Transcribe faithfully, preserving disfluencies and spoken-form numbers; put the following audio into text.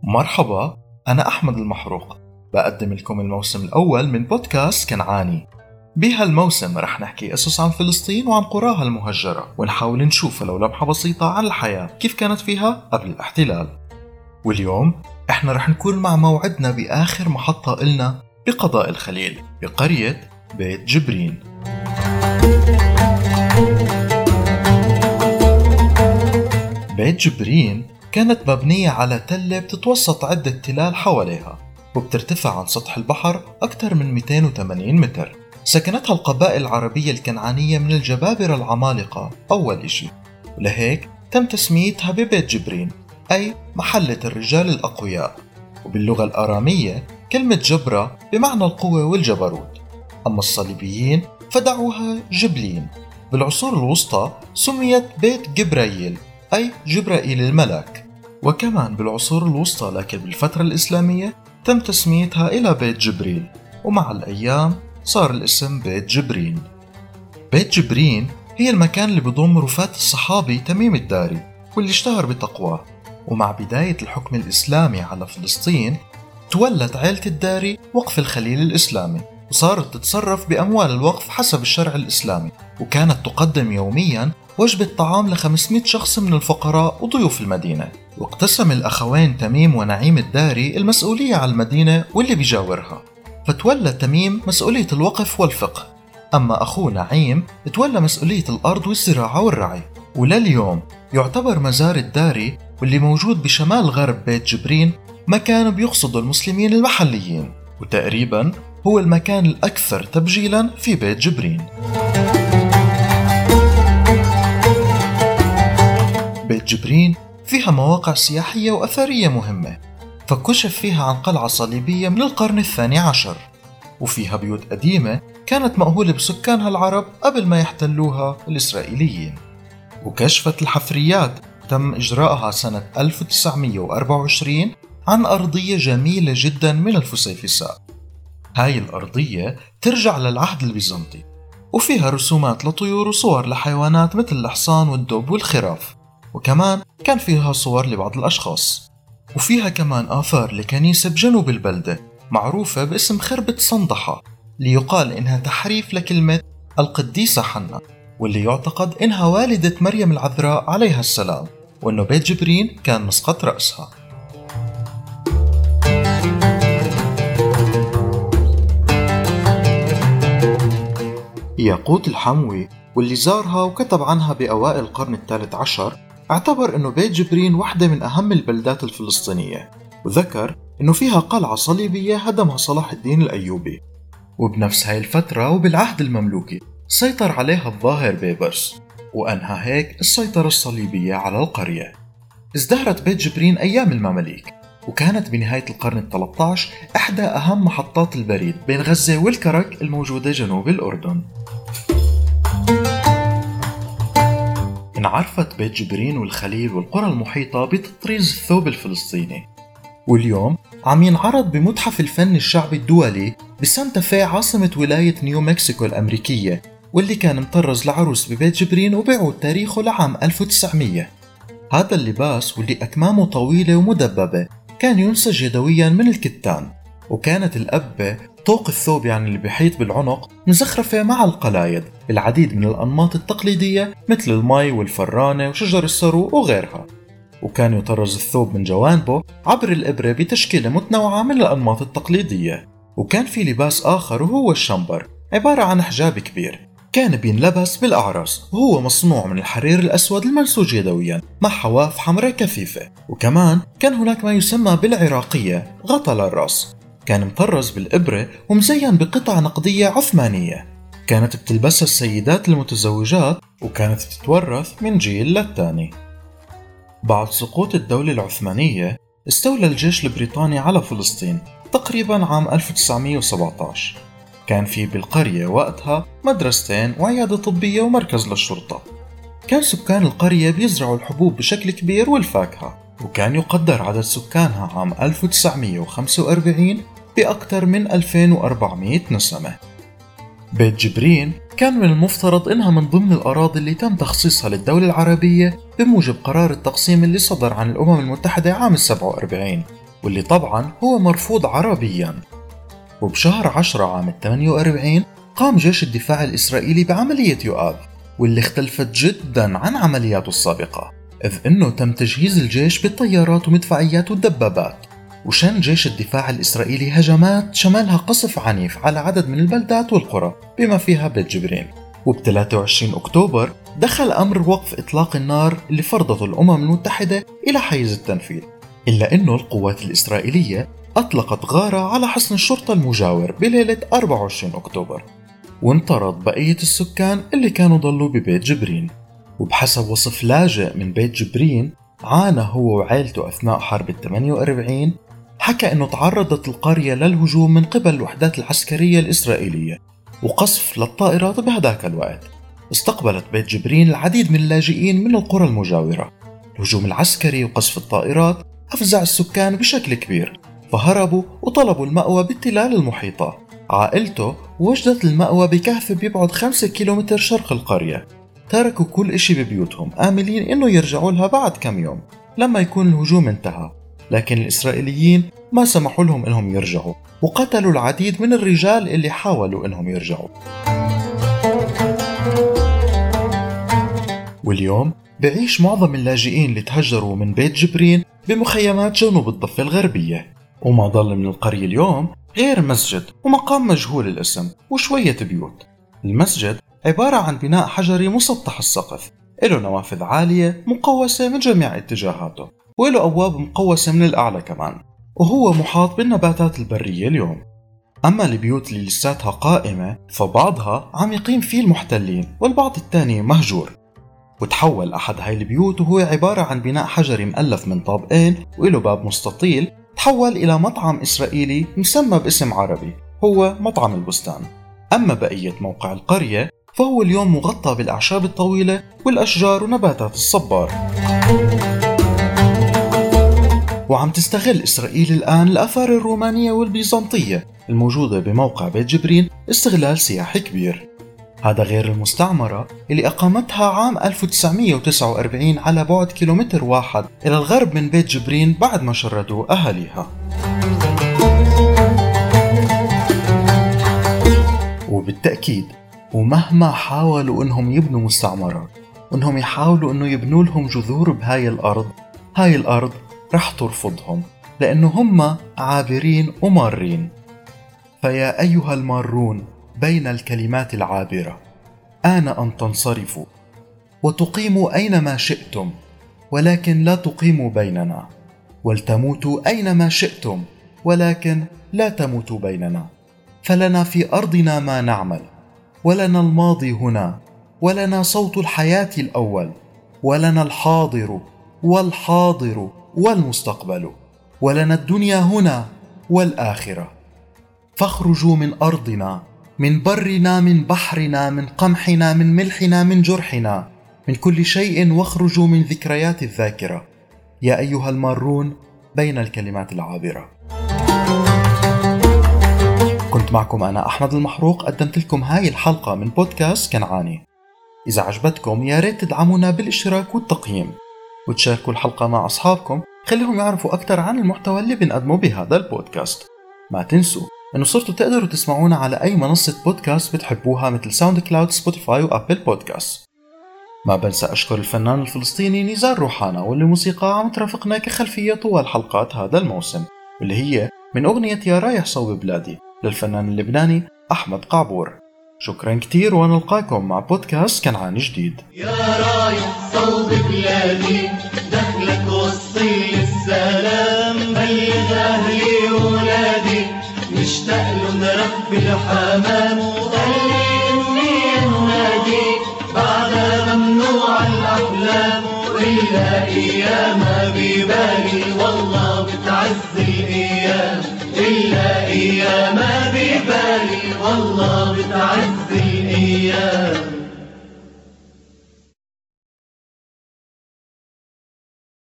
مرحبا، أنا أحمد المحروق، بقدم لكم الموسم الأول من بودكاست كنعاني. بهالموسم رح نحكي قصص عن فلسطين وعن قراها المهجرة، ونحاول نشوف لو لمحة بسيطة عن الحياة كيف كانت فيها قبل الاحتلال. واليوم احنا رح نكون مع موعدنا بآخر محطة إلنا بقضاء الخليل بقرية بيت جبرين. بيت جبرين كانت مبنية على تلة بتتوسط عدة تلال حواليها، وبترتفع عن سطح البحر أكثر من مئتين وثمانين متر. سكنتها القبائل العربية الكنعانية من الجبابرة العمالقة أول إشي، ولهيك تم تسميتها ببيت جبرين، أي محلة الرجال الأقوياء. وباللغة الآرامية كلمة جبرة بمعنى القوة والجبروت. أما الصليبيين فدعوها جبلين. بالعصور الوسطى سميت بيت جبرايل، أي جبرائيل الملاك. وكمان بالعصور الوسطى لكن بالفترة الإسلامية تم تسميتها إلى بيت جبريل، ومع الأيام صار الاسم بيت جبرين. بيت جبرين هي المكان اللي بضم رفات الصحابي تميم الداري واللي اشتهر بتقواه. ومع بداية الحكم الإسلامي على فلسطين تولت عائلة الداري وقف الخليل الإسلامي، وصارت تتصرف بأموال الوقف حسب الشرع الإسلامي، وكانت تقدم يومياً وجبة طعام لخمسمئة شخص من الفقراء وضيوف المدينة. واقتسم الأخوين تميم ونعيم الداري المسؤولية على المدينة واللي بيجاورها، فتولى تميم مسؤولية الوقف والفقه، أما أخوه نعيم تولى مسؤولية الأرض والزراعة والرعي. ولليوم يعتبر مزار الداري واللي موجود بشمال غرب بيت جبرين مكان بيقصد المسلمين المحليين، وتقريبا هو المكان الأكثر تبجيلا في بيت جبرين. بيت جبرين فيها مواقع سياحية وأثرية مهمة، فكشف فيها عن قلعة صليبية من القرن الثاني عشر، وفيها بيوت قديمة كانت مأهولة بسكانها العرب قبل ما يحتلوها الإسرائيليين. وكشفت الحفريات تم إجراءها سنة ألف وتسعمئة وأربعة وعشرين عن أرضية جميلة جدا من الفسيفساء. هاي الأرضية ترجع للعهد البيزنطي، وفيها رسومات لطيور وصور لحيوانات مثل الحصان والدب والخراف، وكمان كان فيها صور لبعض الأشخاص. وفيها كمان آثار لكنيسة بجنوب البلدة معروفة باسم خربة صندحة، ليقال إنها تحريف لكلمة القديسة حنا، واللي يعتقد إنها والدة مريم العذراء عليها السلام، وإنه بيت جبرين كان مسقط رأسها. ياقوت الحموي واللي زارها وكتب عنها بأوائل القرن الثالث عشر اعتبر إنه بيت جبرين واحدة من أهم البلدات الفلسطينية، وذكر إنه فيها قلعة صليبية هدمها صلاح الدين الأيوبي. وبنفس هاي الفترة وبالعهد المملوكي سيطر عليها الظاهر بيبرس، وأنهى هيك السيطرة الصليبية على القرية. ازدهرت بيت جبرين أيام المماليك، وكانت بنهاية القرن الثالث عشر إحدى أهم محطات البريد بين غزة والكرك الموجودة جنوب الأردن. انعرفت بيت جبرين والخليل والقرى المحيطة بتطريز الثوب الفلسطيني، واليوم عم ينعرض بمتحف الفن الشعبي الدولي بسانتا في عاصمة ولاية نيو مكسيكو الأمريكية، واللي كان مطرز لعروس ببيت جبرين وبيعود تاريخه لعام ألف وتسعمئة. هذا اللباس واللي أكمامه طويلة ومدببة كان ينسج يدويا من الكتان، وكانت الأبة طوق الثوب يعني اللي بيحيط بالعنق مزخرفة مع القلايد بالعديد من الأنماط التقليدية مثل المي والفرانة وشجر السرو وغيرها. وكان يطرز الثوب من جوانبه عبر الإبرة بتشكيلة متنوعة من الأنماط التقليدية. وكان في لباس آخر وهو الشمبر، عبارة عن حجاب كبير كان بينلبس بالأعراس، وهو مصنوع من الحرير الأسود المنسوج يدويا مع حواف حمراء كثيفة. وكمان كان هناك ما يسمى بالعراقية غطى للرأس، كان مطرز بالإبرة ومزين بقطع نقدية عثمانية، كانت بتلبسها السيدات المتزوجات، وكانت تتورث من جيل للتاني. بعد سقوط الدولة العثمانية استولى الجيش البريطاني على فلسطين تقريبا عام ألف وتسعمئة وسبعة عشر. كان في بالقرية وقتها مدرستين وعيادة طبية ومركز للشرطة. كان سكان القرية بيزرعوا الحبوب بشكل كبير والفاكهة، وكان يقدر عدد سكانها عام ألف وتسعمئة وخمسة وأربعين بأكثر من ألفين وأربعمئة نسمة. بيت جبرين كان من المفترض إنها من ضمن الأراضي اللي تم تخصيصها للدولة العربية بموجب قرار التقسيم اللي صدر عن الأمم المتحدة عام السبعة وأربعين، واللي طبعا هو مرفوض عربيا. وبشهر عشرة عام ثمانية وأربعين قام جيش الدفاع الإسرائيلي بعملية يؤاب، واللي اختلفت جدا عن عملياته السابقة، إذ أنه تم تجهيز الجيش بالطيارات ومدفعيات والدبابات. وشن جيش الدفاع الإسرائيلي هجمات شملها قصف عنيف على عدد من البلدات والقرى بما فيها بيت جبرين. وب ثلاثة وعشرين أكتوبر دخل أمر وقف إطلاق النار اللي فرضته الأمم المتحدة إلى حيز التنفيذ، إلا أنه القوات الإسرائيلية أطلقت غارة على حصن الشرطة المجاور بليلة أربعة وعشرين أكتوبر، وانطرد بقية السكان اللي كانوا ضلوا ببيت جبرين. وبحسب وصف لاجئ من بيت جبرين عانى هو وعائلته أثناء حرب ثمانية وأربعين، حكى أنه تعرضت القرية للهجوم من قبل الوحدات العسكرية الإسرائيلية وقصف للطائرات. بهداك الوقت استقبلت بيت جبرين العديد من اللاجئين من القرى المجاورة. الهجوم العسكري وقصف الطائرات أفزع السكان بشكل كبير، فهربوا وطلبوا المأوى بالتلال المحيطة. عائلته وجدت المأوى بكهف بيبعد خمسة كيلومتر شرق القرية. تركوا كل إشي ببيوتهم آملين إنه يرجعوا لها بعد كم يوم لما يكون الهجوم انتهى، لكن الإسرائيليين ما سمحوا لهم إنهم يرجعوا، وقتلوا العديد من الرجال اللي حاولوا إنهم يرجعوا. واليوم بعيش معظم اللاجئين اللي تهجروا من بيت جبرين بمخيمات جنوب الضفة الغربية، وما ضل من القرية اليوم غير مسجد ومقام مجهول الاسم وشوية بيوت. المسجد عبارة عن بناء حجري مسطح السقف، له نوافذ عالية مقوسة من جميع اتجاهاته، وله أبواب مقوسة من الأعلى كمان، وهو محاط بالنباتات البرية اليوم. أما البيوت اللي لساتها قائمة فبعضها عم يقيم فيه المحتلين والبعض الثاني مهجور. وتحول أحد هاي البيوت وهو عبارة عن بناء حجري مؤلف من طابقين وله باب مستطيل، تحول إلى مطعم إسرائيلي مسمى باسم عربي هو مطعم البستان. أما بقية موقع القرية فهو اليوم مغطى بالأعشاب الطويلة والأشجار ونباتات الصبار. وعم تستغل إسرائيل الآن الآثار الرومانية والبيزنطية الموجودة بموقع بيت جبرين استغلال سياحي كبير. هذا غير المستعمرة اللي أقامتها عام ألف وتسعمية وتسعة وأربعين على بعد كيلومتر واحد إلى الغرب من بيت جبرين بعد ما شردوا أهاليها. وبالتأكيد ومهما حاولوا إنهم يبنوا مستعمرات وإنهم يحاولوا إنه يبنوا لهم جذور بهاي الأرض، هاي الأرض رح ترفضهم، لأنه هم عابرين ومارين. فيا أيها المارون بين الكلمات العابرة، آن أن تنصرفوا وتقيموا أينما شئتم، ولكن لا تقيموا بيننا، ولتموتوا أينما شئتم، ولكن لا تموتوا بيننا. فلنا في أرضنا ما نعمل، ولنا الماضي هنا، ولنا صوت الحياة الأول، ولنا الحاضر والحاضر والمستقبل، ولنا الدنيا هنا والآخرة. فاخرجوا من أرضنا، من برنا، من بحرنا، من قمحنا، من ملحنا، من جرحنا، من كل شيء، واخرجوا من ذكريات الذاكرة يا أيها المارون بين الكلمات العابرة. كنت معكم أنا أحمد المحروق، قدمت لكم هاي الحلقة من بودكاست كنعاني. إذا عجبتكم يا ريت تدعمونا بالاشتراك والتقييم، وتشاركوا الحلقة مع أصحابكم، خليهم يعرفوا أكثر عن المحتوى اللي بنقدمه بهذا البودكاست. ما تنسوا أنه صرتوا تقدروا تسمعونا على أي منصة بودكاست بتحبوها مثل ساوند كلاود، سبوتيفاي وأبل بودكاست. ما بنسى أشكر الفنان الفلسطيني نزار روحانا واللي موسيقى عم ترافقنا كخلفية طوال حلقات هذا الموسم، واللي هي من أغنية يا رايح صوب بلادي للفنان اللبناني أحمد قعبور. شكرا كتير ونلقاكم مع بودكاست كنعاني جديد. يا رايح صوب بلادي دخلك وصي السلام، بلغ أهلي وولادي مشتاق لهم رب الحمام، وقلبي إني أنادي بعدها ممنوع الأحلام، إلا أيام ببالي والله بتعز الأيام، إلا أيام ببالي والله بتعز الأيام.